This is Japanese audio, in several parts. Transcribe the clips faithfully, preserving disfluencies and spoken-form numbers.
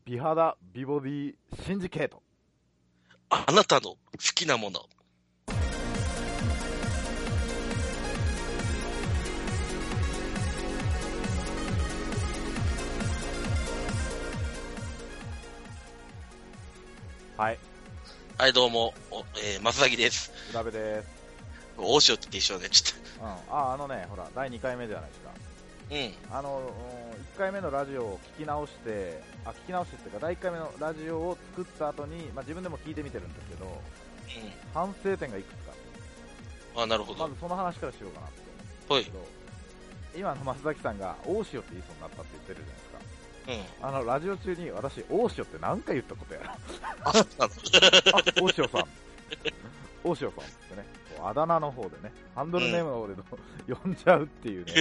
美肌美ボディシンジケート。 あなたの好きなもの。 はい。 はい、どうも、おえー、松崎です。 浦部です。 大塩って一緒ね、ちょっと。うん。あ、あのね、ほら、だいにかいめじゃないですか。 うん。 あの、いっかいめのラジオを聞き直して、あ、聞き直してっていうか、だいいっかいめのラジオを作った後に、まあ、自分でも聞いてみてるんですけど、うん、反省点がいくつか。 あ、なるほど。 まずその話からしようかなと思うんですけど、はい、今の松崎さんが大塩って言いそうになったって言ってるじゃないですか。うん、あのラジオ中に私、大塩って何回言ったことやらあ、大塩さん大塩さんってね、あだ名の方でね、ハンドルネームの方で、うん、呼んじゃうっていうね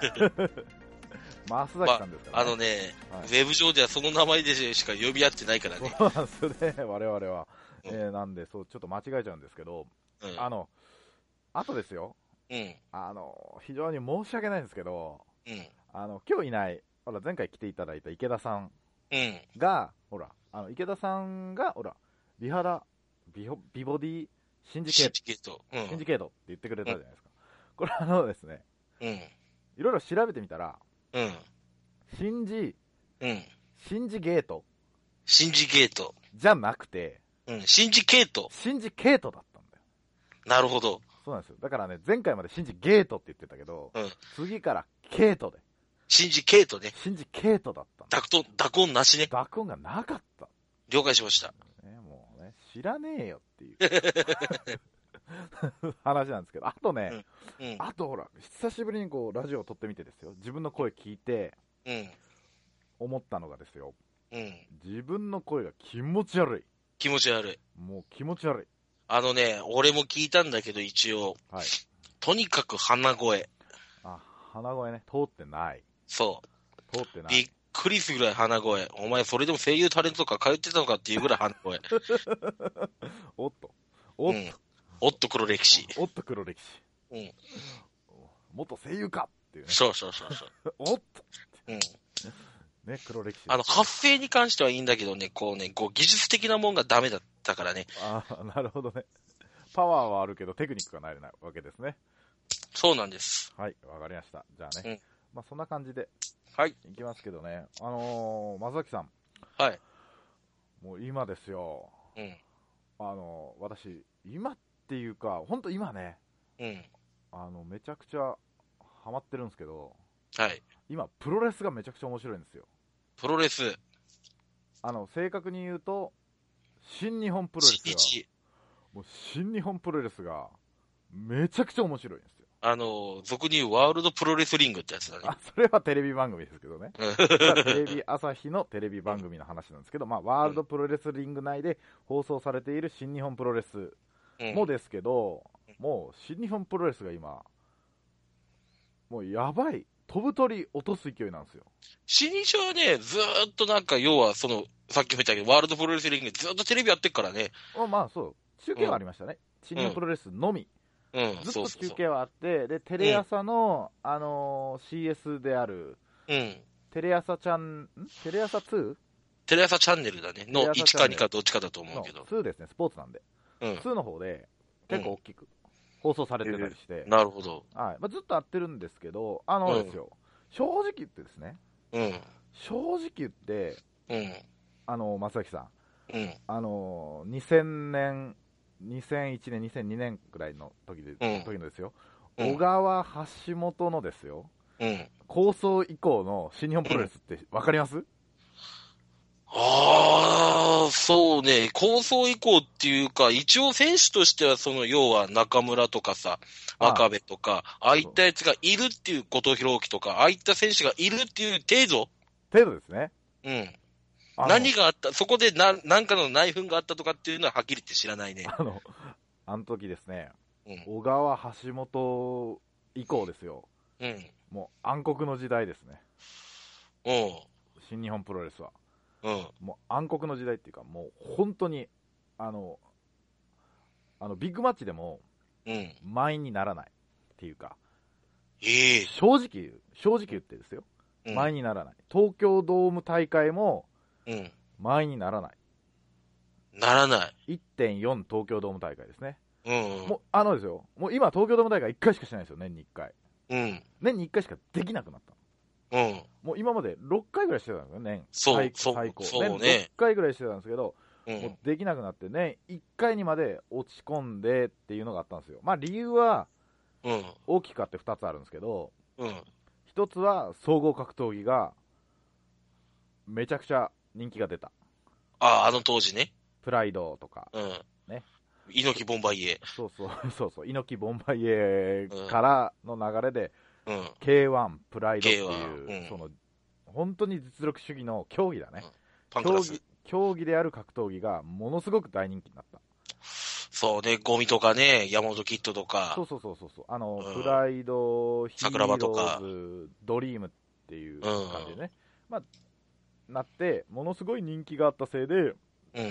松崎さんですからね、 まあのね、はい、ウェブ上ではその名前でしか呼び合ってないからね。 そうなんですよね、我々は、うん、えー、なんでそうちょっと間違えちゃうんですけど、うん、あのあとですよ、うん、あの非常に申し訳ないんですけど、うん、あの今日いないほら前回来ていただいた池田さんが、うん、ほらあの池田さんがほら美肌 美, 美ボディシンジケート、うん、シンジケートって言ってくれたじゃないですか。うん、これあのですね、うん、いろいろ調べてみたら、うん、シンジ、うん、シンジゲート、 シンジゲートじゃなくて、 うん、シンジケート、 シンジケートだったんだよ。 なるほど。 そうなんですよ。だからね、前回までシンジゲートって言ってたけど、うん、次からケートで。 シンジケートね。 シンジケートだったんだ。 濁音、濁音なしね。 濁音がなかった。 了解しました。 ね、もうね、知らねえよっていう話なんですけど、あとね、うんうん、あとほら、久しぶりにこうラジオを撮ってみてですよ、自分の声聞いて、うん、思ったのがですよ、うん、自分の声が気持ち悪い。 気持ち悪い。 もう気持ち悪い。 あのね、俺も聞いたんだけど一応、はい、とにかく鼻声。 あ、鼻声ね、通ってない。 そう。 通ってない。 びっくりするぐらい鼻声。お前それでも声優タレントとか通ってたのかっていうぐらい鼻声。 おっと。おっと。うん、 おっと黒歴史。 おっと黒歴史。うん。元声優かっていうね。 そうそうそうそう。 おっと。うん。ね、黒歴史。 あの、発声に関してはいいんだけどね、こうね、こう技術的なもんがダメだったからね。 ああ、なるほどね。パワーはあるけどテクニックがないわけですね。 そうなんです。 はい、わかりました。じゃあね。うん、まあそんな感じで。 はい。 いきますけどね。あのー、松崎さん。 はい。 もう今ですよ。うん。あのー、私、今っていうか、ほんと今ね。うん。あの、めちゃくちゃハマってるんですけど。 はい。 今、プロレスがめちゃくちゃ面白いんですよ。 プロレス。 あの、正確に言うと、新日本プロレスが。もう新日本プロレスが、めちゃくちゃ面白いんですよ。 あの、俗に言うワールドプロレスリングってやつだね。 あ、それはテレビ番組ですけどね。テレビ朝日のテレビ番組の話なんですけど、まあ、ワールドプロレスリング内で放送されている新日本プロレスもですけど、うん、もう新日本プロレスが今、もうやばい。飛ぶ鳥落とす勢いなんですよ。 新日はね、ずーっとなんか、要はその、さっきも言ったけど、ワールドプロレスリングずっとテレビやってっからね。 あ、まあそう。中継はありましたね。うん、新日本プロレスのみ。うん、ずっと中継はあって、で、テレ朝の、うん、あのー、シーエス である、うん、テレ朝チャン、んテレ朝 ツー？ テレ朝チャンネルだね。のいちかにかどっちかだと思うけど。 ツーですね、スポーツなんで。うん、ツーの方で、結構大きく放送されてたりして。 えー、なるほど。 はい。まあ、ずっとやってるんですけど、あのですよ、うん、正直言ってですね、うん、正直言って、うん、あの、松崎さん、うん、あの、にせんねん、にせんいちねん、にせんにねんくらいの時で、うん、時のですよ、うん、小川橋本のですよ、うん、構想以降の新日本プロレスって分かります？うん、 ああ、そうね。構想以降っていうか、一応選手としては、その、要は中村とかさ、真壁とか、ああいったやつがいるっていう後藤弘樹とか、ああいった選手がいるっていう程度程度ですね。 うん。何があった、そこで何、何かの内紛があったとかっていうのははっきり言って知らないね。 あの、あの時ですね、うん、小川橋本以降ですよ。うん。もう暗黒の時代ですね。うん。新日本プロレスは。うん。もう暗黒の時代っていうか、もう本当に、あの、あの、ビッグマッチでも、うん。満員にならないっていうか、 ええー、 正直言う、正直言ってですよ。うん、満員にならない。東京ドーム大会も、うん。 満員にならない。 ならない。 いってんよん 東京ドーム大会ですね。 うん、うん。 もう、あのですよ、もう今東京ドーム大会いっかいしかしないんですよ、年にいっかい。 うん。 年にいっかいしかできなくなった。 うん。 もう今までろっかいぐらいしてたんですよ、年。 そう、 最そう、 最高。 そうね。 年ろっかいぐらいしてたんですけど、 うん、 もうできなくなって、年いっかいにまで落ち込んでっていうのがあったんですよ。まあ理由は、大きくあってふたつあるんですけど、 うん。 ひとつは総合格闘技が、めちゃくちゃ人気が出た。 ああ、あの当時ね。 プライドとか。 うん。 ね。 猪木ボンバイエ。 そうそう、そうそう、猪木ボンバイエからの流れで、 うん、 ケーワン、プライドっていう、 うん、 その、本当に実力主義の競技だね。 うん、パンクラス。 競技、競技である格闘技がものすごく大人気になった。 そうね、ゴミとかね、山本キッドとか。 そうそうそうそう。あの、 うん、 プライド、ヒーローズ、ドリームっていう感じでね。うん、まあ、なって、ものすごい人気があったせいで、 うん。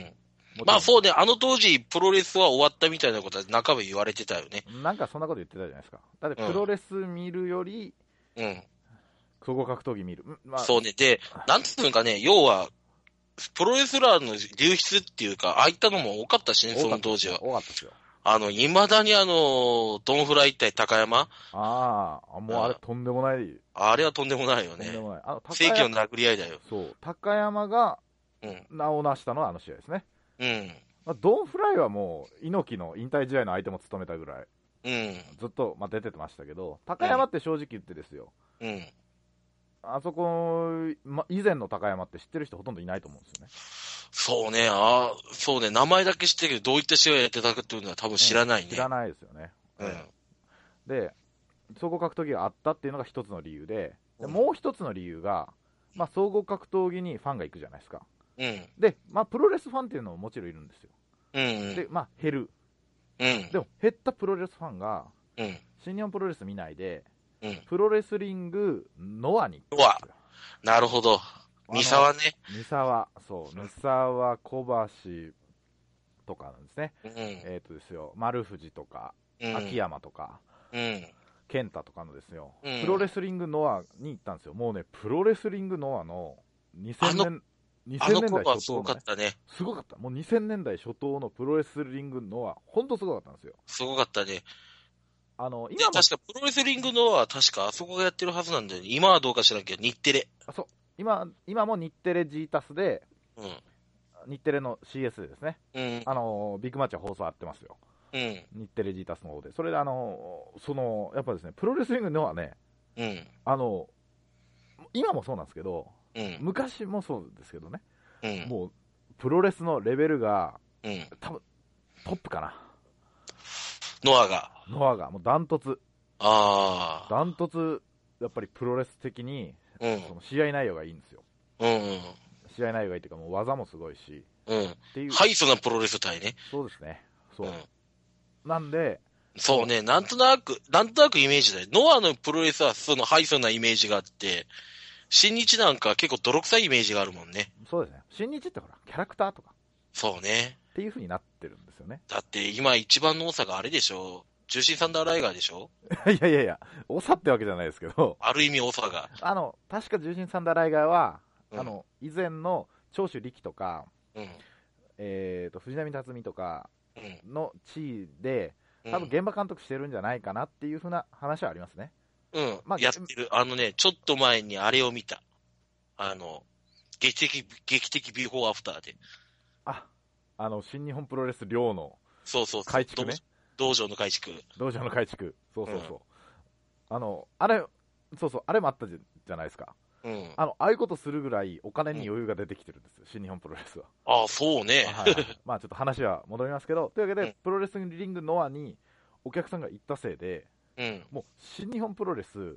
まあそうね、あの当時、プロレスは終わったみたいなことは中身言われてたよね。 なんかそんなこと言ってたじゃないですか。だってプロレス見るより、 うん。 総合格闘技見る。 まあ、そうね。で、なんつうのかね、要は、プロレスラーの流出っていうか、ああいったのも多かったしね、その当時は。 多かったですよ。 あの、未だにあの、ドンフライ対高山。 ああ、もうあれとんでもない。 あれはとんでもないよね。 とんでもない。あの、 正義の殴り合いだよ。 そう。高山が、名を成したのはあの試合ですね。 うん。 まあ、ドンフライはもう、猪木の引退試合の相手も務めたぐらい。 うん。 ずっと、まあ、出てましたけど、高山って正直言ってですよ。 うん。 あそこ、ま、以前の高山って知ってる人ほとんどいないと思うんですよね。 そうね、ああ、そうね、名前だけ知ってるけど、どういった試合やってたかっていうのは多分知らないね。うん、 知らないですよね。うん。で、総合格闘技があったっていうのが一つの理由で、でもう一つの理由が、まあ、総合格闘技にファンが行くじゃないですか。 うん、 で、まあ、プロレスファンっていうのももちろんいるんですよ。 うん、 で、まあ、減る。 うん、 でも、減ったプロレスファンが、 うん、 新日本プロレス見ないで、 うん、 プロレスリングノアに行く。ノア。なるほど。三沢ね。 三沢、そう、三沢、小橋とかなんですね。うん、えっ、ー、とですよ、丸藤とか、うん、秋山とか、うん、健太とかのですよ、うん、プロレスリングノアに行ったんですよ。もうね、プロレスリングノアのにせんねん、にせんねんだい初頭の、ね、 すごかったね。 すごかった。もうにせんねんだい初頭のプロレスリングノア、ほんとすごかったんですよ。 すごかったね。 あの、今も。 確かプロレスリングノアは確かあそこがやってるはずなんだよね。今はどうか知らんけど、日テレ。 あ、そう。今、今も日テレ G タスで、 うん、 日テレの シーエス でですね。 うん、 あの、ビッグマッチは放送あってますよ。うん、日テレ G タスの方で。それであの、その、やっぱですね、プロレスリングノアね、うん、あの、今もそうなんですけど、うん、昔もそうですけどね、うん、もう、プロレスのレベルが、うん、多分トップかな。 ノアが。 ノアが、もうダントツ。 ああ。 ダントツ、やっぱりプロレス的に、うん、その試合内容がいいんですよ。うんうん、試合内容がいいっていうか、もう技もすごいし。 うん。っていう。ハイソなプロレス隊ね。 そうですね。そう。うん、なんで、 そうね、なんとなく、なんとなくイメージだよ。ノアのプロレスはそのハイソなイメージがあって、新日なんか結構泥臭いイメージがあるもんね。 そうですね。新日ってほら、キャラクターとか。 そうね。 っていう風になってるんですよね。 だって今一番の多さがあれでしょ。重心サンダーライガーでしょ。 いやいやいや、多さってわけじゃないですけど。 ある意味多さが。 あの、確か重心サンダーライガーは、うん、あの、以前の長州力とか、うん、えっ、ー、と、藤波辰巳とかの地位で、うん、多分現場監督してるんじゃないかなっていう風な話はありますね。 うん。まあ、やってる。あのね、ちょっと前にあれを見た。あの、劇的、劇的ビフォーアフターで。 あ、あの、新日本プロレス寮の、 そうそうそう。 改築ね。 道場の改築。 道場の改築。そうそうそう。うん、あの、あれ、そうそう、あれもあったじゃ、じゃないですか。うん。あの、ああいうことするぐらいお金に余裕が出てきてるんですよ、うん、新日本プロレスは。 ああ、そうね。 はい、はい。まあちょっと話は戻りますけど、というわけで、うん、プロレスリングノアにお客さんが行ったせいで、うん、もう新日本プロレス、うん、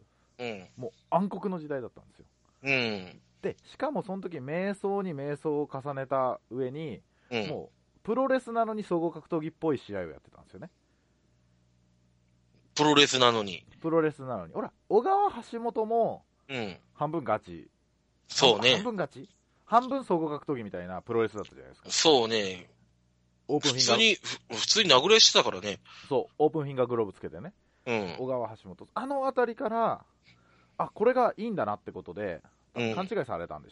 もう暗黒の時代だったんですよ。うん。で、しかもその時、瞑想に瞑想を重ねた上に、うん、もう、プロレスなのに総合格闘技っぽい試合をやってたんですよね。 プロレスなのに。 プロレスなのに。ほら、小川橋本も、うん。半分ガチ。 そうね。 半分ガチ半分総合格闘技みたいなプロレスだったじゃないですか。 そうね。オープンフィンガー。普通に、普通に殴れしてたからね。 そう、オープンフィンガーグローブつけてね。うん。小川橋本。あのあたりから、あ、これがいいんだなってことで、勘違いされたんでしょうね。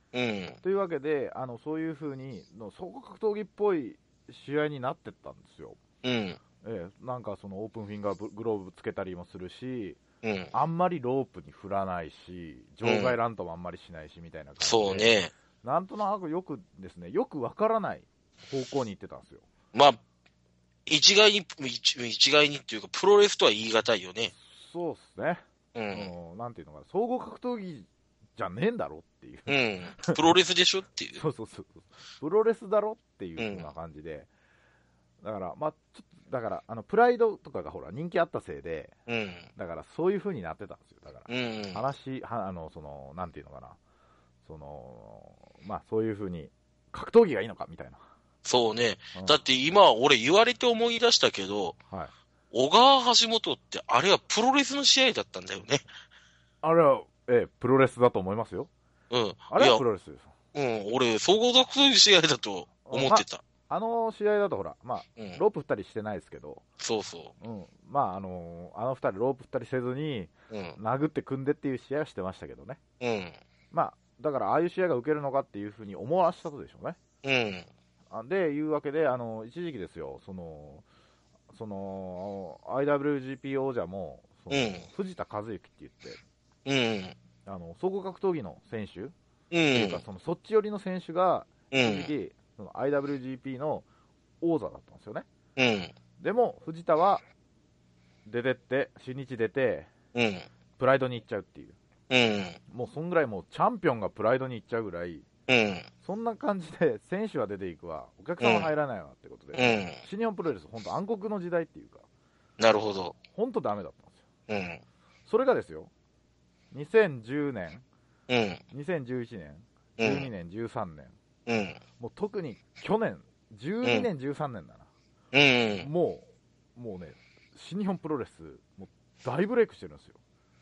うん。 というわけで、あの、そういう風に、の総合格闘技っぽい試合になってったんですよ。 うん。 ええ、なんかそのオープンフィンガーグローブつけたりもするし、 うん。 あんまりロープに振らないし、場外乱闘もあんまりしないしみたいな感じで、 そうね。 なんとなくよくですね、よくわからない方向に行ってたんですよ。 まあ、一概に、一一概にっていうか、プロレスとは言い難いよね。 そうっすね。 うん。 そのなんていうのかな、総合格闘技じゃねえんだろっていう。 うん。プロレスでしょっていう。 そうそうそう。プロレスだろっていう風な感じで。だから、まあ、ちょっと、だから、あの、プライドとかがほら、人気あったせいで、 うん。 だから、そういう風になってたんですよ。だから、 うん。 話、は、あの、その、なんていうのかな。その、まあ、そういう風に、格闘技がいいのか、みたいな。 そうね。 うん、 だって今、俺言われて思い出したけど、 はい。 小川橋本って、あれはプロレスの試合だったんだよね。 あれは、ええ、プロレスだと思いますよ。 うん。 あれはプロレスです。 うん、俺、総合格闘技試合だと思ってた。 まあ、あの試合だとほら、まあ、うん、ロープ振ったりしてないですけど、 そうそう。 うん、まあ、あのー、あの二人ロープ振ったりせずに、うん、殴って組んでっていう試合はしてましたけどね。 うん。 まあ、だから、ああいう試合が受けるのかっていうふうに思わせたとでしょうね。うん。で、いうわけで、あの、一時期ですよ、その、その、アイダブリュージーピー 王者も、その、うん、藤田和幸って言って、うん、あの、総合格闘技の選手、うん、っていうか、その、そっち寄りの選手が、一時期、うん、その アイダブリュージーピー の王座だったんですよね。うん、でも、藤田は、出てって、新日出て、うん、プライドに行っちゃうっていう。うん、もう、そんぐらいもう、チャンピオンがプライドに行っちゃうぐらい、うん、そんな感じで、選手は出ていくわ、お客さんは入らないわってことで、うん、新日本プロレス、本当暗黒の時代っていうか、 なるほど。 本当ダメだったんですよ。うん、それがですよ、にせんじゅうねん、うん、にせんじゅういちねん、じゅうにねん、じゅうさんねん、うん、もう特に去年、じゅうにねん、じゅうさんねんだな、うん、もう、もうね、新日本プロレス、もう大ブレイクしてるんですよ。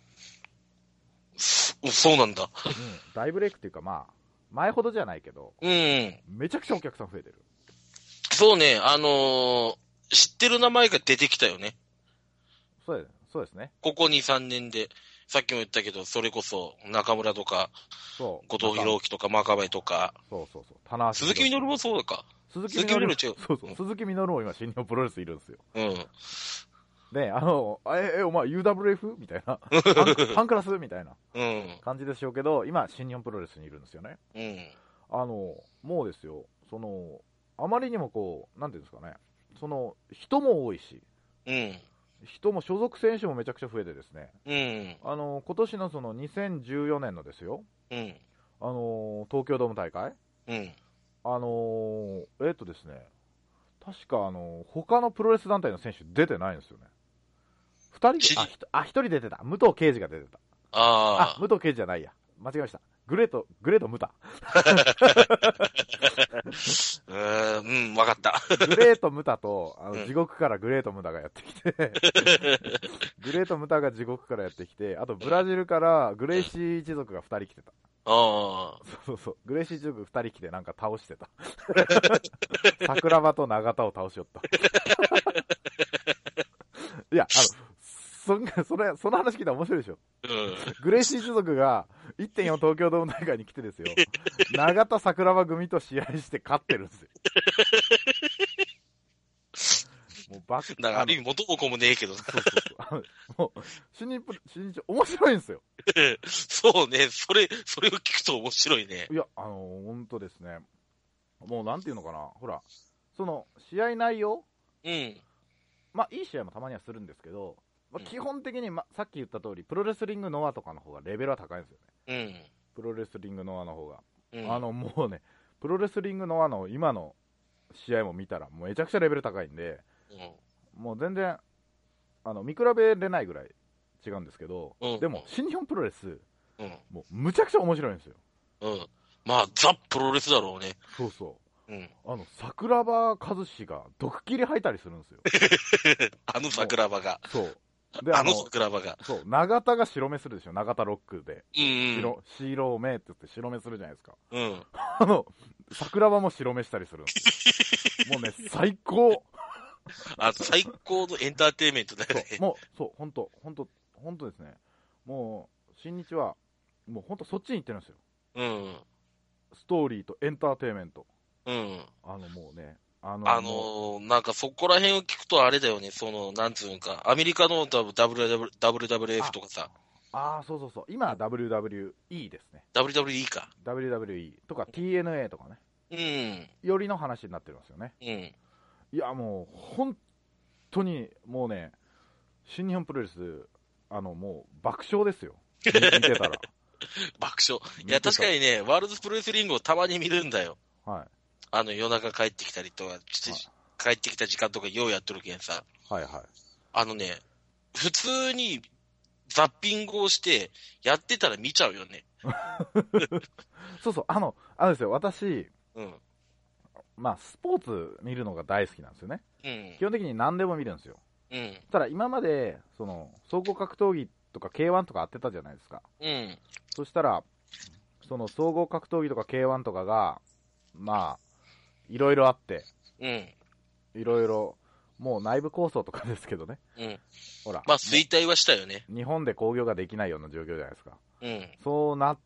そうなんだ。うん、 大ブレイクっていうか、まあ、前ほどじゃないけど、うん、めちゃくちゃお客さん増えてる。 そうね、あのー、知ってる名前が出てきたよね。 そうです、そうですね。 ここに、さんねんで、さっきも言ったけど、それこそ中村とか、そう後藤弘樹とか真壁とか、 そうそうそう、棚橋鈴木みのるもそうか。 鈴木みのる違う。そうそう、鈴木みのるも今、新日本プロレスいるんですよ。うん。ねあの、え、え、お前 ユーダブリューエフ みたいな。ファンクラスみたいな感じでしょうけど、今、新日本プロレスにいるんですよね。うん。あの、もうですよ、その、あまりにもこう、なんていうんですかね、その、人も多いし、うん。人も所属選手もめちゃくちゃ増えてですね、うん、あの今年のそのにせんじゅうよねんのですよ、うん、あの東京ドーム大会、うん、あのえっとですね、確かあの他のプロレス団体の選手出てないんですよね。ふたりあ、あひとり出てた。武藤敬司が出てた。ああ、武藤敬司じゃないや。間違えました。グレート、グレートムタ。 うーん、わかった。 グレートムタと、あの、地獄からグレートムタがやってきて、グレートムタが地獄からやってきて、あとブラジルからグレイシー一族がふたり来てた。ああ。そうそうそう。グレイシー一族ふたり来てなんか倒してた。桜庭と永田を倒しよった。いや、あの、そんそれ、その話聞いたら面白いでしょ。うん、グレイシー一族が いってんよん 東京ドーム大会に来てですよ、永田桜庭組と試合して勝ってるんですよ。もうバカ。だからある意味元も子もねえけどな。そうそうそう。 もう、新日、新日、面白いんですよ。 そうね、それ、それを聞くと面白いね。 いや、あのー、ほんとですね。もうなんていうのかな、ほら、その、試合内容、うん。まあ、いい試合もたまにはするんですけど、まあ、基本的に、ま、さっき言った通り、プロレスリングノアとかの方がレベルは高いんですよね。うん。プロレスリングノアの方が。うん、あの、もうね、プロレスリングノアの今の試合も見たら、もうめちゃくちゃレベル高いんで、うん、もう全然、あの、見比べれないぐらい違うんですけど、うん、でも、新日本プロレス、うん、もうむちゃくちゃ面白いんですよ。 うん。まあ、ザ・プロレスだろうね。 そうそう。うん、あの桜庭和志が毒切り吐いたりするんですよ。 あの桜庭が。 そう。 で、あの桜庭が。 そう、永田が白目するでしょ、永田ロックで。うん、うん。白、白目って言って白目するじゃないですか。うん。あの、桜庭も白目したりするんですよ。もうね、最高。 あ、最高のエンターテインメントだよね。 そう、もう、そう、ほんと、ほんと、ほんとですね。もう、新日は、もうほんとそっちに行ってるんですよ。うん。 ストーリーとエンターテインメント。 うん。 あの、もうね、あの、 あのー、なんかそこら辺を聞くとあれだよね、その、なんつうのか、アメリカの ダブリューダブリューエフ とかさ。 ああ、そうそうそう。今は ダブリューダブリューイー ですね。 ダブリューダブリューイー か。 ダブリューダブリューイー とか ティーエヌエー とかね。 うん。 よりの話になってるんですよね。 うん。 いや、もう、本当に、もうね、新日本プロレス、あの、もう、爆笑ですよ。見てたら。 爆笑。いや、確かにね、ワールドプロレスリングをたまに見るんだよ。 はい。 あの、夜中帰ってきたりとか、はい、帰ってきた時間とかようやってるけんさ。 はいはい。 あのね、普通にザッピングをして、やってたら見ちゃうよね。 そうそう、あの、あれですよ、私、 うん。 まあ、スポーツ見るのが大好きなんですよね。 うん。 基本的に何でも見るんですよ。 うん。 ただ、今まで、その、総合格闘技とか ケーワン とかあってたじゃないですか。 うん。 そしたら、その総合格闘技とか ケーワン とかが、まあ、いろいろあって、 うん。 いろいろ、もう内部構想とかですけどね。 うん。 ほら。 まあ、衰退はしたよね。 日本で興行ができないような状況じゃないですか。 うん。 そうなって、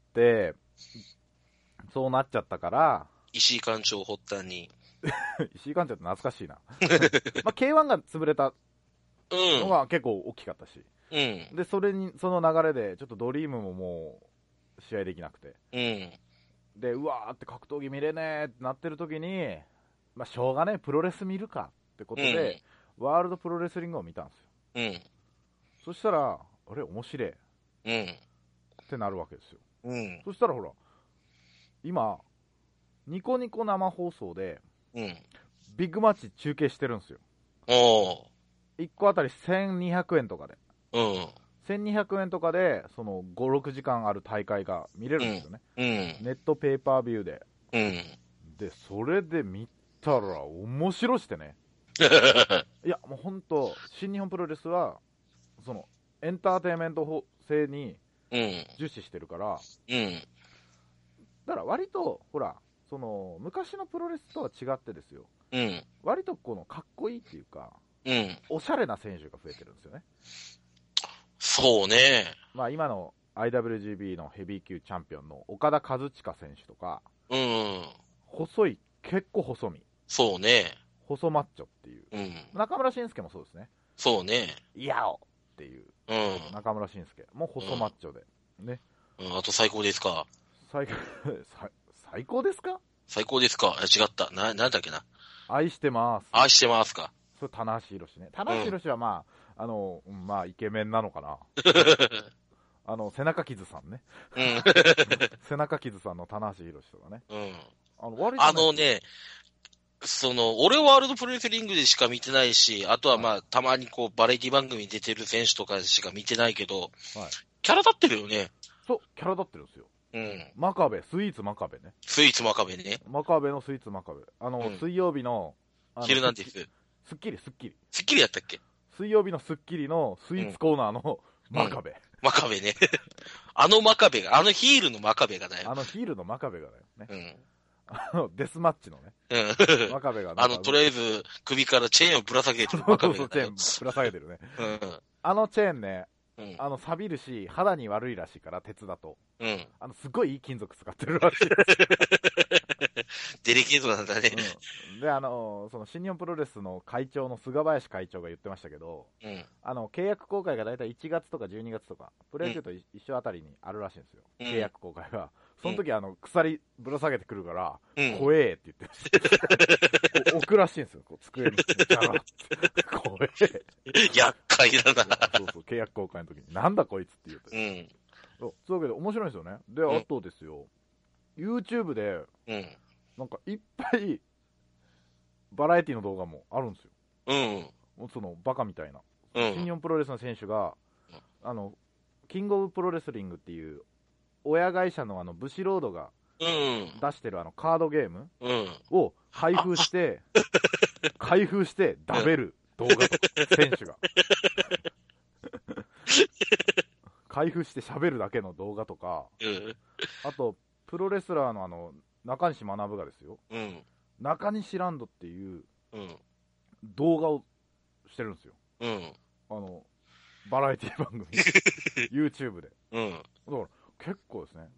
そうなっちゃったから、 石井館長発端に。 石井館長って懐かしいな。まあ、ケーワン が潰れたのが結構大きかったし。 うん。 で、それに、その流れで、ちょっとドリームももう、試合できなくて。 うん。 で、うわーって格闘技見れねーってなってる時に、まあ、しょうがねえ、プロレス見るかってことで、うん、ワールドプロレスリングを見たんですよ。 うん。 そしたら、あれ、面白い。 うん。 ってなるわけですよ。 うん。 そしたらほら、今、ニコニコ生放送で、 うん。 ビッグマッチ中継してるんですよ。 おー。 いっこあたりせんにひゃくえんとかで。 うん。 せんにひゃくえんとかで、そのご、ろくじかんある大会が見れるんですよね。 うん。うん、 ネットペーパービューで。 うん。 で、それで見たら面白してね。いや、もう本当、新日本プロレスは、その、エンターテインメント性に重視してるから、 うん。 だから割と、ほら、その、昔のプロレスとは違ってですよ。 うん。 割とこの、かっこいいっていうか、 うん。 おしゃれな選手が増えてるんですよね。 そうね。 まあ今の アイダブリュージービー のヘビー級チャンピオンの岡田和親選手とか、 うん。 細い、結構細身。 そうね。 細マッチョっていう。 うん。 中村慎介もそうですね。 そうね。 いやおっていう。 うん。 中村慎介も細マッチョで。うん、ね。 うん、あと最高ですか。 最最高ですか最高ですか。違った。な、なんだっけな。 愛してます。 愛してますか。 それ、棚橋宏ね。棚橋宏はまあ、うん、あの、まあ、イケメンなのかな。あの、背中傷さんね。うん、背中傷さんの棚橋宏とかね。 うん。 あの、割とあのね、その、俺ワールドプロレスリングでしか見てないし、あとはまあ、はい、たまにこう、バラエティ番組に出てる選手とかしか見てないけど、はい、キャラ立ってるよね。 そう、キャラ立ってるんですよ。 うん。 真壁、スイーツ真壁ね。 スイーツ真壁ね。 真壁のスイーツ真壁。あの、うん、水曜日の、 あのヒルナンデス。 スッキリ、スッキリ。 スッキリやったっけ？ 水曜日のスッキリのスイーツコーナーの真壁。うんうん、 真壁ね。あの真壁が、あのヒールの真壁がだよ。 あのヒールの真壁がだよね。 うん。 あの、デスマッチのね。 うん。 真壁が。 あの、とりあえず、首からチェーンをぶら下げてる真壁が。 そうそう、チェーンぶら下げてるね。 うん。 あのチェーンね、 うん、 あの、錆びるし、肌に悪いらしいから、鉄だと。 うん。 あの、すごいいい金属使ってるらしい。 デリケートなんだね。 うん。で、あの、その、新日本プロレスの会長の菅林会長が言ってましたけど、 うん。 あの、契約公開がだいたいいちがつとかじゅうにがつとか、プロ野球と一緒あたりにあるらしいんですよ。うん、契約公開が。その時、あの、鎖ぶら下げてくるから、うん、怖えって言ってました。置くらしいんですよ、こう机に。ジャラって。怖え。 厄介だな。 そうそう、契約公開の時に。なんだこいつって言うと。 うん。 そう、そういうわけで面白いんですよね。で、あとですよ、うん、YouTube で、 うん、 なんかいっぱい、バラエティの動画もあるんですよ。 うん。 その、バカみたいな。 うん、 新日本プロレスの選手が、あの、キングオブプロレスリングっていう、親会社のあの、ブシロードが出してるあの、カードゲームを開封して、開封して食べる動画とか、選手が。開封して喋るだけの動画とか、あと、プロレスラーのあの、中西学がですよ、 うん、 中西ランドっていう動画をしてるんですよ。 うん、 あの、バラエティ番組。YouTube で。 うん、 だから、結構ですね、まあ、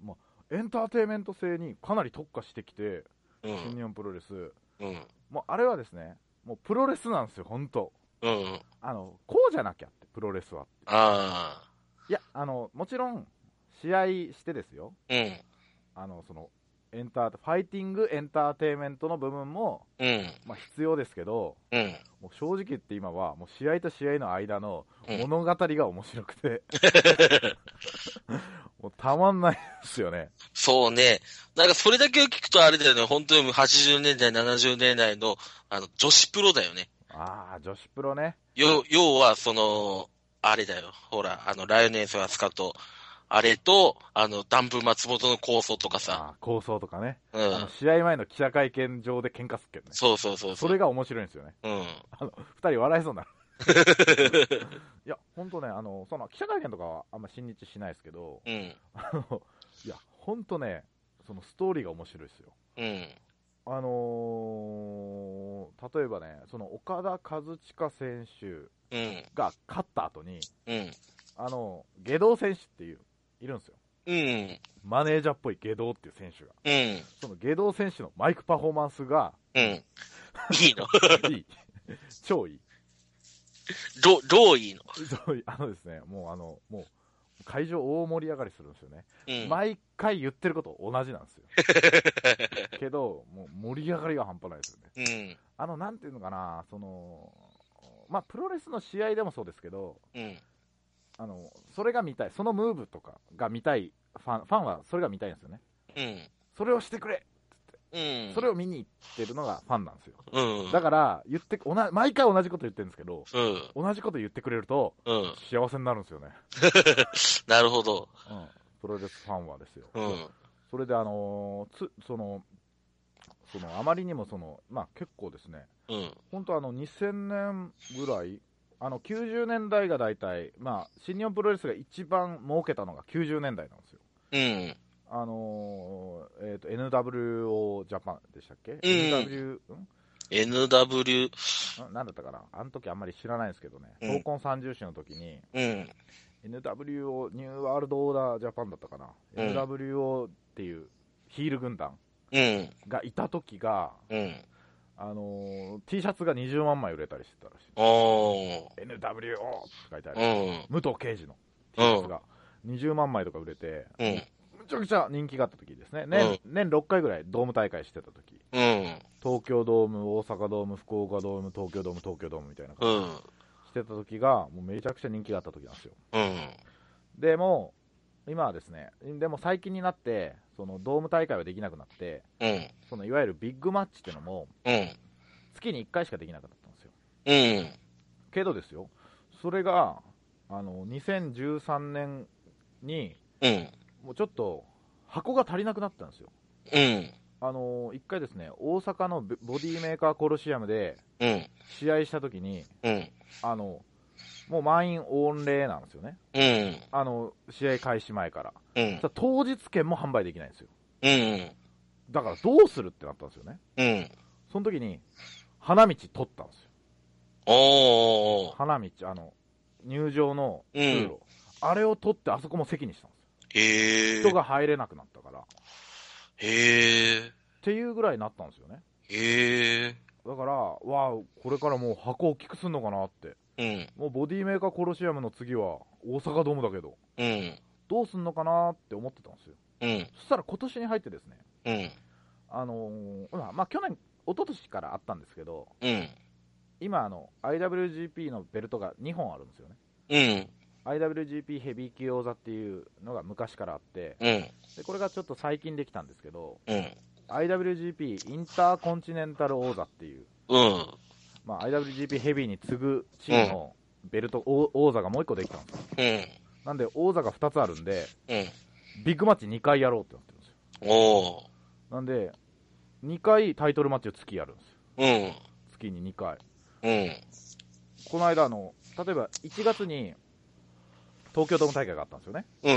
エンターテインメント性にかなり特化してきて、うん、新日本プロレス、うん、もうあれはですね、もうプロレスなんですよ、本当。うん、あのこうじゃなきゃって、プロレスはって。あいやあの、もちろん試合してですよ、うん、あのそのエンターファイティングエンターテインメントの部分も、うんまあ、必要ですけど、うん、もう正直言って今はもう試合と試合の間の物語が面白くて、うん、もうたまんないですよね。 そうね。なんかそれだけを聞くとあれだよね、本当にはちじゅうねんだいななじゅうねんだいのあの女子プロだよね。 ああ、女子プロね。 要要はそのあれだよ、ほらあのライオネス・アスカとあれと、あの、ダンプ松本の構想とかさ。 あ構想とかね。うん。あの、試合前の記者会見場で喧嘩すっけどね。 そうそうそうそう。 それが面白いんですよね。うん。あの、二人笑いそうになる。いや、ほんとね、あの、その、記者会見とかはあんま親日しないですけど、うん。あの、いや、ほんとね、そのストーリーが面白いですよ。うん。あのー、例えばね、その岡田和親選手が勝った後に、うん。あの、下道選手っていう、いるんですよ。うん。マネージャーっぽい下道っていう選手が。うん。その下道選手のマイクパフォーマンスが、 うん。いいのいい。超いい。 ど、どういいのどういいあのですね、もうあの、もう、会場大盛り上がりするんですよね。うん、毎回言ってること同じなんですよ。けど、もう盛り上がりが半端ないですよね。うん。あの、なんていうのかな、その、まあ、プロレスの試合でもそうですけど、うん。あのそれが見たい、そのムーブとかが見たいファン、ファンはそれが見たいんですよね。うん、それをしてくれって、うん、それを見に行ってるのがファンなんですよ。うん、だから言っておな毎回同じこと言ってるんですけど、うん、同じこと言ってくれると、うん、幸せになるんですよね。 なるほど、 うん、プロレスファンはですよ。うん、それであのー、つそのそのあまりにもそのまあ結構ですね、うん、本当あのにせんねんぐらい。あのきゅうじゅうねんだいが大体、まあ、新日本プロレスが一番儲けたのがきゅうじゅうねんだいなんですよ。うん。あのー、えっ、ー、と、エヌダブリューオー ジャパンでしたっけ、うん、エヌダブリュー、んエヌダブリュー、 なんだったかな、あの時あんまり知らないんですけどね、闘魂三重士の時に、うん、エヌダブリューオー、ニューワールドオーダージャパンだったかな、うん、エヌダブリューオー っていうヒール軍団がいた時が、うん、あのー、T シャツがにじゅうまんまい売れたりしてたらしい。エヌダブリューオー って書いてある、うん、武藤敬司の T シャツがにじゅうまんまいとか売れて、うん、むちゃくちゃ人気があった時ですね。年、うん、年ろっかいぐらいドーム大会してた時、うん、東京ドーム、大阪ドーム、福岡ドーム、東京ドーム、東京ドームみたいな感じ、うん、してた時がもうめちゃくちゃ人気があった時なんですよ。うん、でも今はですね、でも最近になってそのドーム大会はできなくなって、うん、そのいわゆるビッグマッチっていうのも、うん、月にいっかいしかできなかったんですよ。うん、けどですよ、それがあのにせんじゅうさんねんに、うん、もうちょっと箱が足りなくなったんですよ。うん、あのいっかいですね、大阪のボディメーカーコロシアムで試合した時に、うん、あのもう満員御礼なんですよね、うん、あの試合開始前から、うん、当日券も販売できないんですよ、うん、だからどうするってなったんですよね、うん、その時に花道取ったんですよ。おー、花道、あの入場の通路、うん、あれを取ってあそこも席にしたんですよ。へー、人が入れなくなったから。へーっていうぐらいになったんですよね。へー、だからわあ、これからもう箱を大きくすんのかなって、うん、もうボディメーカーコロシアムの次は大阪ドームだけど、うん、どうすんのかなって思ってたんですよ、うん、そしたら今年に入ってですね、うん、あのー、まあ去年一昨年からあったんですけど、うん、今あの アイダブリュージーピー のベルトがにほんあるんですよね、うん、アイダブリュージーピー ヘビー級王座っていうのが昔からあって、うん、でこれがちょっと最近できたんですけど、うん、アイダブリュージーピー インターコンチネンタル王座っていう、うん、まあ、アイダブリュージーピー ヘビーに次ぐチームのベルト、うん、王座がもういっこできたんですよ、うん、なんで王座がふたつあるんで、うん、ビッグマッチにかいやろうってなってるんですよ。おなんでにかいタイトルマッチを月やるんですよ、うん、月ににかい、うん、この間あの例えばいちがつに東京ドーム大会があったんですよね、うん、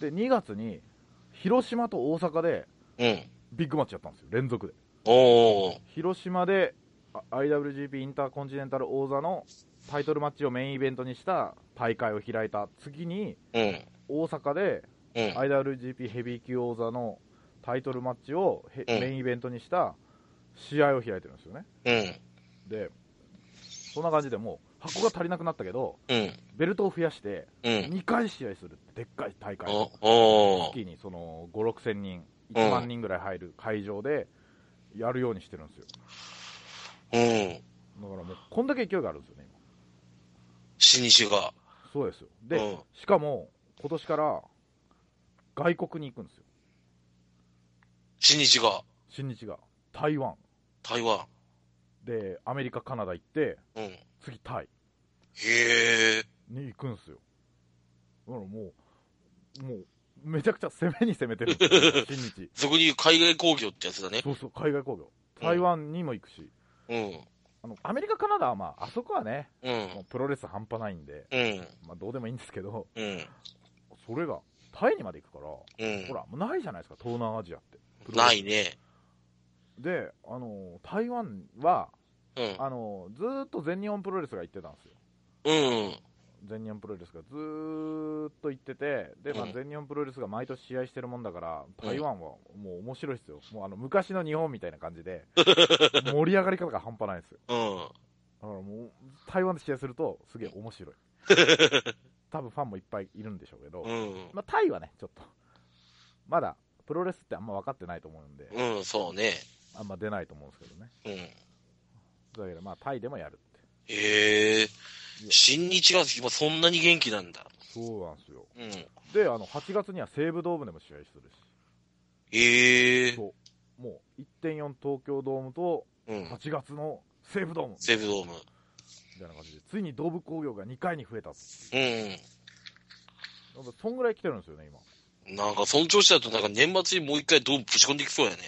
でにがつに広島と大阪でビッグマッチやったんですよ、連続で。お広島で アイダブリュージーピー インターコンチネンタル王座のタイトルマッチをメインイベントにした大会を開いた次に、うん、大阪でうん、アイダブリュージーピー ヘビー級王座のタイトルマッチを、うん、メインイベントにした試合を開いてるんですよね。 うん、で、 そんな感じでもう箱が足りなくなったけど、うん、ベルトを増やしてにかい試合するってでっかい大会を月にそのご、ろくせんにん、いちまんにんぐらい入る会場でやるようにしてるんですよ。うん。だからもうこんだけ勢いがあるんですよね、今。 新日が。 そうですよ。で、うん、しかも今年から外国に行くんですよ。 新日が。 新日が台湾。 台湾。 で、アメリカ、カナダ行って、 うん、 次タイ。 へー。 に行くんですよ。だからもう、もう、めちゃくちゃ攻めに攻めてるんですよ、新日。 俗に言う海外興行ってやつだね。 そうそう、海外興行。台湾にも行くし。 うん。 あの、アメリカ、カナダはまあ、あそこはね、 うん、 もうプロレス半端ないんで、 うん、 まあ、どうでもいいんですけど、 うん、 それが、タイにまで行くから、 うん、 ほら、もうないじゃないですか、東南アジアって。 ないね。 で、あの、台湾は、 うん、 あの、ずーっと全日本プロレスが行ってたんですよ。 うん。 全日本プロレスがずーっと行ってて、で、まあ、全日本プロレスが毎年試合してるもんだから、うん、台湾はもう面白いですよ。もうあの昔の日本みたいな感じで、盛り上がり方が半端ないですよ。 うん。 だからもう、台湾で試合するとすげえ面白い。多分ファンもいっぱいいるんでしょうけど、 うん、 まあ、タイはね、ちょっと、まだプロレスってあんま分かってないと思うんで、 うん、そうね。 あんま出ないと思うんですけどね。 うん。 だけど、まあ、タイでもやるって。 へえ。新日が今そんなに元気なんだ。 そうなんですよ。 うん。 で、あの、はちがつには西武ドームでも試合するし。 へえ。 そう。もう、いってんよん 東京ドームと、はちがつの西武ドーム。 西武ドーム。 みたいな感じで、ついに動物工業がにかいに増えた。うん。 なんか、 そんぐらい来てるんですよね、 今。なんか、その調子だと、なんか年末にもう一回ドームぶち込んできそうやね。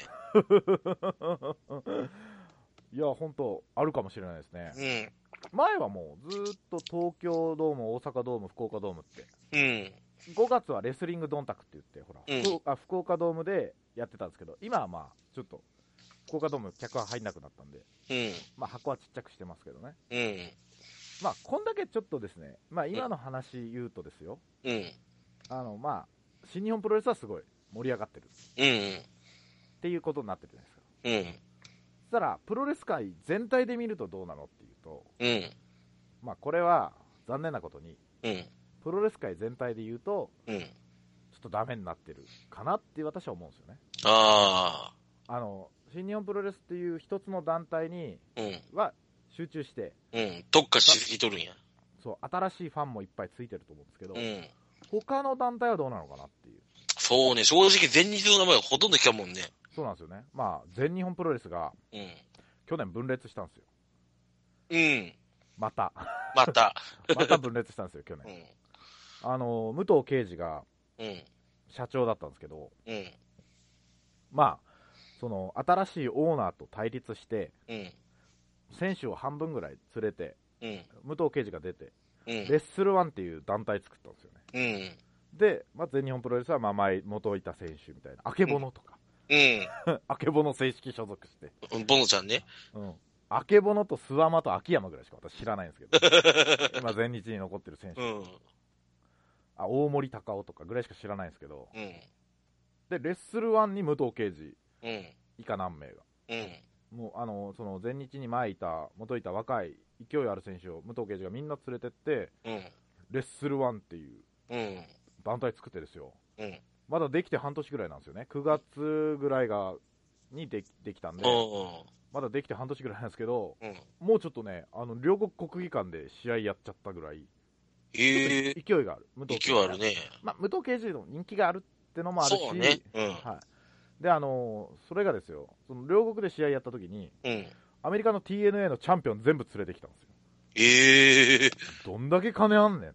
いや、本当あるかもしれないですね。 うん。 前はもう、ずーっと東京ドーム、大阪ドーム、福岡ドームって。 うん。 ごがつはレスリングドンタクって言って、ほら、 うん、 福, あ福岡ドームでやってたんですけど、今はまあ、ちょっと、福岡ドーム客は入んなくなったんで、 うん、 まあ箱はちっちゃくしてますけどね。 うん。 まあ、こんだけちょっとですね、まあ今の話言うとですよ、 うん。 あの、まあ、新日本プロレスはすごい盛り上がってる。 うん。 っていうことになってるじゃないですか。 うん。 そしたら、プロレス界全体で見るとどうなのっていうと、 うん。 まあこれは残念なことに、 うん。 プロレス界全体で言うと、 うん。 ちょっとダメになってるかなって私は思うんですよね。 ああ。あの、新日本プロレスっていう一つの団体には集中して、 うん。特化しすぎとるんや。 そう、新しいファンもいっぱいついてると思うんですけど、 うん。 他の団体はどうなのかなっていう。 そうね、正直全日の名前はほとんど聞かんもんね。 そうなんですよね。まあ、全日本プロレスが、 うん。 去年分裂したんですよ。 うん。 また。 また。 また分裂したんですよ、去年。うん、あの、武藤敬司が、社長だったんですけど、 うん。 まあ、その、新しいオーナーと対立して、 うん。 選手を半分ぐらい連れて、 うん、 武藤敬司が出て、 うん、 レッスルワンっていう団体作ったんですよね。 うん、で、まあ、全日本プロレスは、まあ、前、元いた選手みたいな、あけぼのとか、 うん。 あけぼの正式所属して。 ボノちゃんね。 うん。あけぼのと諏訪間と秋山ぐらいしか私知らないんですけど、今、全日に残ってる選手。うん、あ、大森隆夫とかぐらいしか知らないんですけど、 うん、 で、レッスルワンに武藤敬司、 うん、 以下何名が。 うん、 もう、あの、その、全日に前いた、元いた若い、勢いある選手を武藤敬司がみんな連れてって、 うん、 レッスルワンっていう、 うん、 団体作ってですよ。 うん、 まだできて半年ぐらいなんですよね。くがつぐらいが、にできできたんで、まだできて半年ぐらいなんですけど、 うん、 もうちょっとね、あの、両国国技館で試合やっちゃったぐらい、 えー、 勢いがある。 武藤勢いあるね。 まあ、武藤敬司の人気があるってのもあるし、 そうね。うん。 はい。で、あのー、それがですよ、その両国で試合やった時に、 うん、 アメリカの ティーエヌエー のチャンピオン全部連れてきたんですよ。 ええー。 どんだけ金あんねん。ね、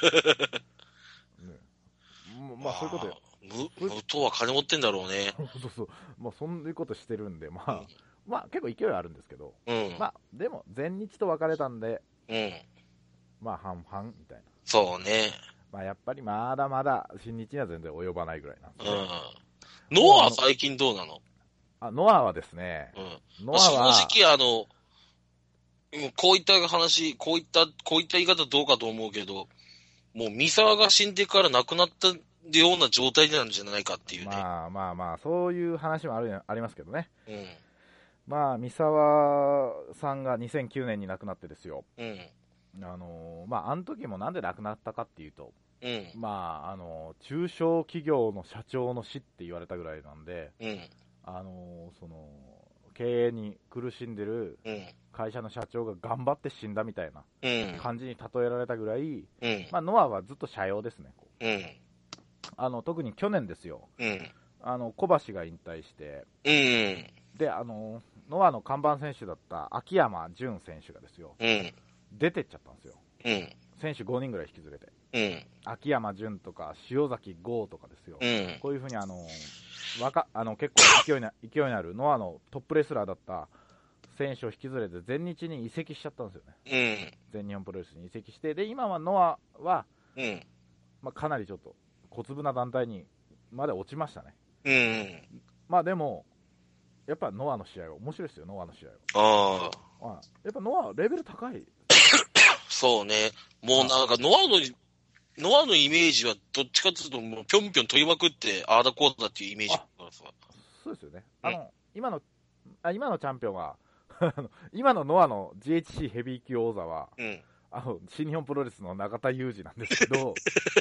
まあ、そういうことよ。 武藤は金持ってんだろうね。 そうそう。まあ、そういうことしてるんで、まあ、うん、まあ、結構勢いあるんですけど、 うん、 まあ、でも、全日と別れたんで、 うん、 まあ、半々みたいな。 そうね。 まあ、やっぱりまだまだ、新日には全然及ばないぐらいなんですね。 うん。ノアは最近どうなの？ あ、ノアはですね、 うん、 ノアは、 正直あの、こういった話、こういった、こういった言い方どうかと思うけど、もう三沢が死んでから亡くなったような状態なんじゃないかっていうね。 まあまあまあ、そういう話もあるありますけどね。 うん。 まあ、三沢さんがにせんきゅうねんに亡くなってですよ。 うん。 あのー、まあ、あの時もなんで亡くなったかっていうと、 うん。 まあ、あのー、中小企業の社長の死って言われたぐらいなんで、 うん。 あのー、その、経営に苦しんでる会社の社長が頑張って死んだみたいな感じに例えられたぐらい、 うん、 まあ、ノアはずっと社用ですね。こううん、 あの特に去年ですよ、 うん、 あの小橋が引退して、 うん、 であのノアの看板選手だった秋山純選手がですよ、 うん、 出てっちゃったんですよ、 うん、 選手ごにんぐらい引きずれて、 うん、 秋山純とか塩崎豪とかですよ、 うん、 こういうふうにあの若あの結構勢いな勢いのあるノアのトップレスラーだった選手を引きずれて全日に移籍しちゃったんですよね、うん、全日本プロレスに移籍して、で今はノアは、うんまあ、かなりちょっと小粒な団体にまで落ちましたね、うん、まあでもやっぱノアの試合は面白いですよ、ノアの試合は。ああ、やっぱノアレベル高いそうね、もうなんかノアのノアのイメージはどっちかというともうぴょんぴょん飛びまくってああだこうだっていうイメージからさ。 そうですよね、あの、うん、今のあ今のチャンピオンは今のノアの ジェイエイチシー ヘビー級王座は、うん、あの新日本プロレスの中田裕二なんですけど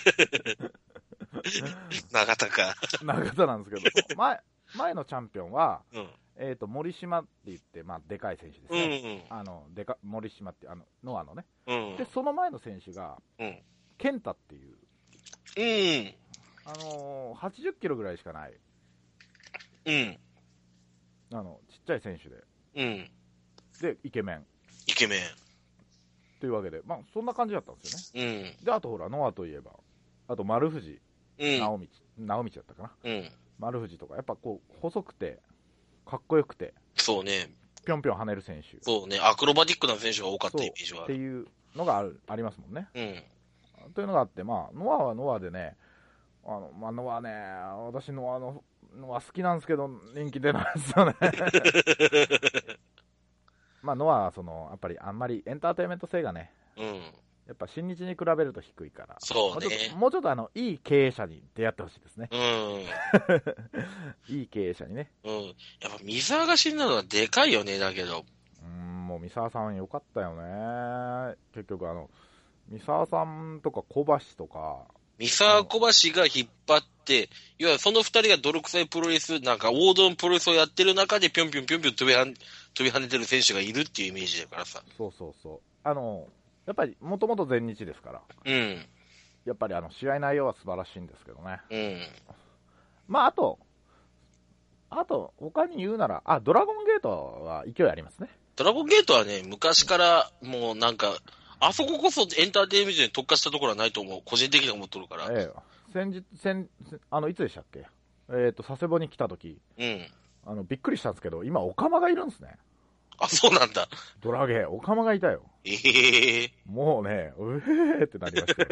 永田か永田なんですけど前, 前のチャンピオンは、うんえー、と森島って言って、まあ、でかい選手ですね、うんうん、あのでか森島ってあのノアのね、うん、でその前の選手が、うん、健太っていう、うんあのー、はちじゅっキロぐらいしかない、うん、あのちっちゃい選手で、うん、でイケメンイケメンというわけで、まあ、そんな感じだったんですよね、うん、であとほらノアといえばあと丸藤直道、うん、直道だったかな、うん、丸藤とかやっぱこう細くてかっこよくてそうねぴょんぴょん跳ねる選手そうねアクロバティックな選手が多かったイメージはあるっていうのがあるありますもんね、うん、というのがあって、まあ、ノアはノアでねあの、まあ、ノアね私ノアのノア好きなんですけど人気出ないですよねまあノアはそのやっぱりあんまりエンターテインメント性がね、うん、やっぱ新日に比べると低いから、 そうね、もうちょっと、もうちょっとあのいい経営者に出会ってほしいですね。うん、いい経営者にね。 うん。やっぱ三沢が死んだのはでかいよね、だけど。 うん、もう三沢さんよかったよね。結局あの三沢さんとか小橋とか。 三沢小橋が引っ張って、いわゆるその二人が泥臭いプロレス、なんか王道のプロレスをやってる中でぴょんぴょんぴょんぴょん飛びは飛び跳ねてる選手がいるっていうイメージだからさ。 そうそうそう。あの、やっぱりもともと全日ですから。うん。やっぱりあの試合内容は素晴らしいんですけどね。うん。まああと、あと他に言うなら、あ、ドラゴンゲートは勢いありますね。 ドラゴンゲートはね、昔からもうなんか、あそここそエンターテインメントに特化したところはないと思う。個人的に思っとるから。 ええ。先日、先、あの、いつでしたっけえっ、ー、と、佐世保に来た時、うん。あの、びっくりしたんですけど、今、オカマがいるんですね。 あ、そうなんだ。 ドラゲー、オカマがいたよ。ええー。もうね、うえーってなりました。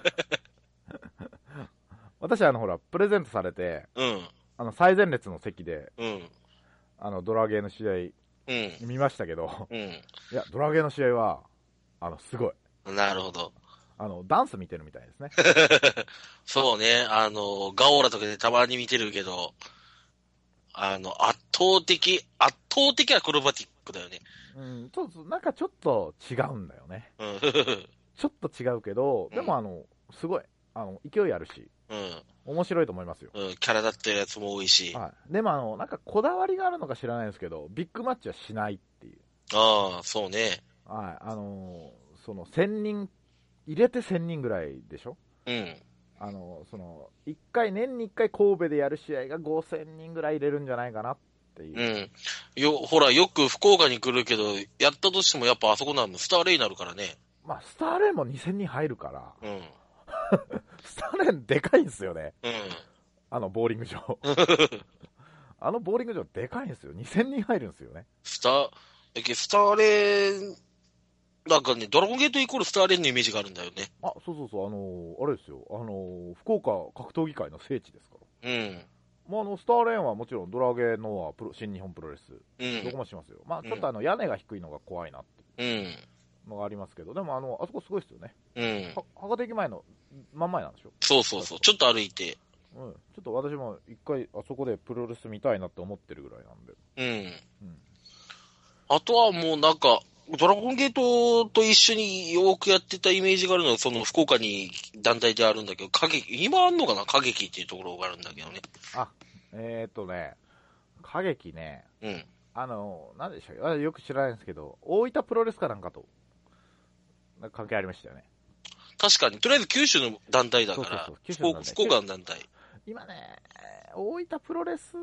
私、あの、ほら、プレゼントされて、うん。あの、最前列の席で、うん。あの、ドラゲーの試合、うん。見ましたけど、うん。いや、ドラゲーの試合は、あの、すごい。 なるほど。 あの、ダンス見てるみたいですね。 そうね、あの、ガオーラとかでたまに見てるけど、あの、圧倒的、圧倒的アクロバティックだよね。 うん、そうそう、なんかちょっと違うんだよね。うん、ちょっと違うけど、でもあの、すごい、あの、勢いあるし、うん。面白いと思いますよ。 うん、キャラ立ってるやつも多いし。 はい。でもあの、なんかこだわりがあるのか知らないですけど、ビッグマッチはしないっていう。 ああ、そうね。 はい。あのー、その、せんにん、入れてせんにんぐらいでしょ？うん。あの、その、いっかい、年にいっかい神戸でやる試合がごせんにんぐらい入れるんじゃないかなっていう。 うん。よ、ほら、よく福岡に来るけど、やったとしてもやっぱあそこなのスターレイになるからね。 まあ、スターレイもにせんにん入るから。うん。スターレイでかいんですよね。うん。あの、ボーリング場。あのボーリング場でかいんですよ。にせんにん入るんですよね。 スター、スターレイ、なんかね、ドラゴンゲートイコールスターレーンのイメージがあるんだよね。 あ、そうそうそう、あのー、あれですよ、あのー、福岡格闘技界の聖地ですから。うん。まあ、あの、スターレーンはもちろんドラゲーノア、プロ新日本プロレス、うん、どこもしますよ。まあ、ちょっとあの、屋根が低いのが怖いなっていう。 のがありますけど、でもあの、あそこすごいですよね。 うん。 は博多駅前の真ん前なんでしょ？ そうそうそう。ちょっと歩いて。 うん。ちょっと私も一回あそこでプロレス見たいなって思ってるぐらいなんで。 うん。うん。あとはもうなんか、ドラゴンゲートと一緒によくやってたイメージがあるのは、その福岡に団体であるんだけど、歌劇、今あんのかな歌劇っていうところがあるんだけどね。 あ、えーっとね、歌劇ね、うん。あの、なんでしょう、よく知らないんですけど、大分プロレスかなんかと、関係ありましたよね。 確かに、とりあえず九州の団体だから、そうそうそう九州の団体福岡の団体。 今ね、大分プロレス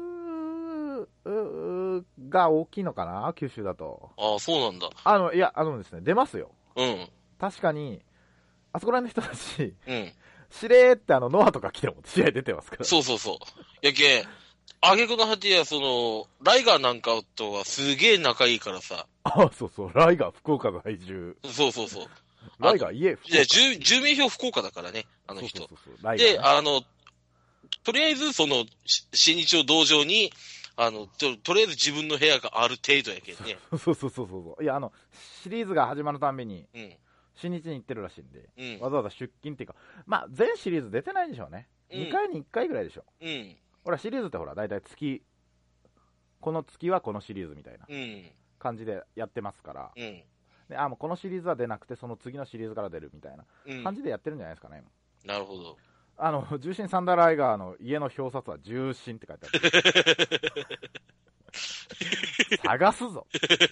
が大きいのかな、九州だと。 ああ、そうなんだ。 あの、いや、あのですね、出ますよ。 うん。 確かに、あそこら辺の人たち、うん。しれーってあの、ノアとか来ても試合出てますから。 そうそうそう。やけん、あげくの果てや、その、ライガーなんかとはすげえ仲いいからさ。 あ、そうそう、ライガー福岡在住。 そうそうそう。 ライガー家福岡。 いや、住、住民票福岡だからね、あの人。そうそうそうそう、で、あの、とりあえずその、新日曜道場に、あのと、とりあえず自分の部屋がある程度やけんね。 そうそうそうそう。いや、あの、シリーズが始まるたんびに、うん、新日に行ってるらしいんで、うん、わざわざ出勤っていうか、まあ、全シリーズ出てないんでしょうね。うん、にかいにいっかいぐらいでしょ。うん。ほら、シリーズってほら、だいたい月、この月はこのシリーズみたいな感じでやってますから、うん、であもうこのシリーズは出なくて、その次のシリーズから出るみたいな感じでやってるんじゃないですかね。 うん、なるほど。 あの、重心サンダーライガーの家の表札は重心って書いてある。探すぞ。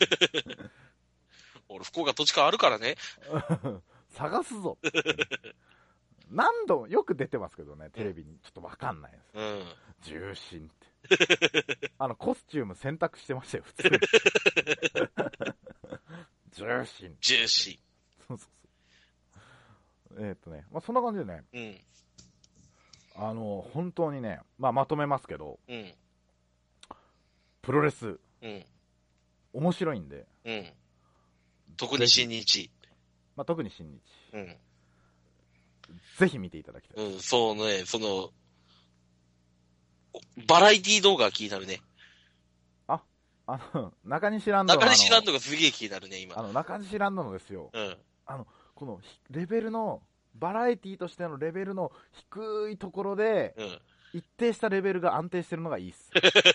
俺、福岡土地勘あるからね。 探すぞ。何度もよく出てますけどね、テレビに。ちょっとわかんないです。うん、重心って。あの、コスチューム選択してましたよ、普通に。重心。 重心。そうそうそう。えー、っとね、まあ、そんな感じでね。うん。あの、本当にね、まあ、まとめますけど、うん、プロレス、うん、面白いんで、うん、 特に新日、 まあ、特に新日、うん、ぜひ見ていただきたい、 うん、そうね、そのバラエティ動画が気になるね。 あ、あの中西ランドの中西ランドがすげえ気になるね今。 あの中西ランドのですよ、うん、あのこのレベルのバラエティとしてのレベルの低いところで、うん、一定したレベルが安定してるのがいいっす。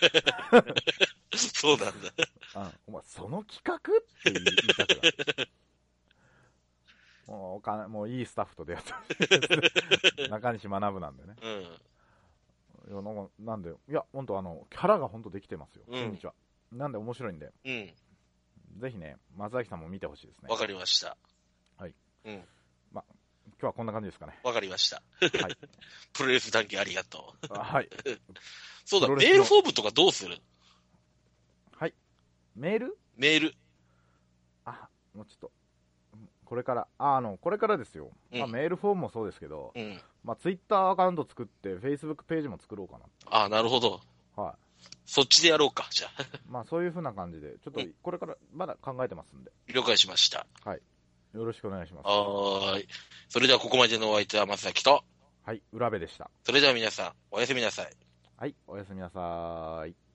そうなんだ。 あお前、その企画って言いたくなる。もうお金、もういいスタッフと出会って中西学なんでね。うん。いや、なんか、なんで、いや、本当あの、キャラが本当できてますよ、うん、新日は。なんで面白いんで。うん。ぜひね、松崎さんも見てほしいですね。 わかりました。 はい。うん。ま、今日はこんな感じですかね。 わかりました。はい。プロレス談義ありがとう。 はい。 そうだ、メールフォームとかどうする？ はい。メール？ メール。 あ、もうちょっと、これから、あ、あの、これからですよ。うん、まあ、メールフォームもそうですけど、うん、まあ、ツイッターアカウント作って、フェイスブックページも作ろうかな。 あ、なるほど。はい。そっちでやろうか、じゃあ。 まあ、そういう風な感じで、ちょっと、これから、まだ考えてますんで。 了解しました。 はい。よろしくお願いします。 はーい。それではここまでのお相手は松崎と、 はい、浦部でした。 それでは皆さん、おやすみなさい。 はい、おやすみなさい。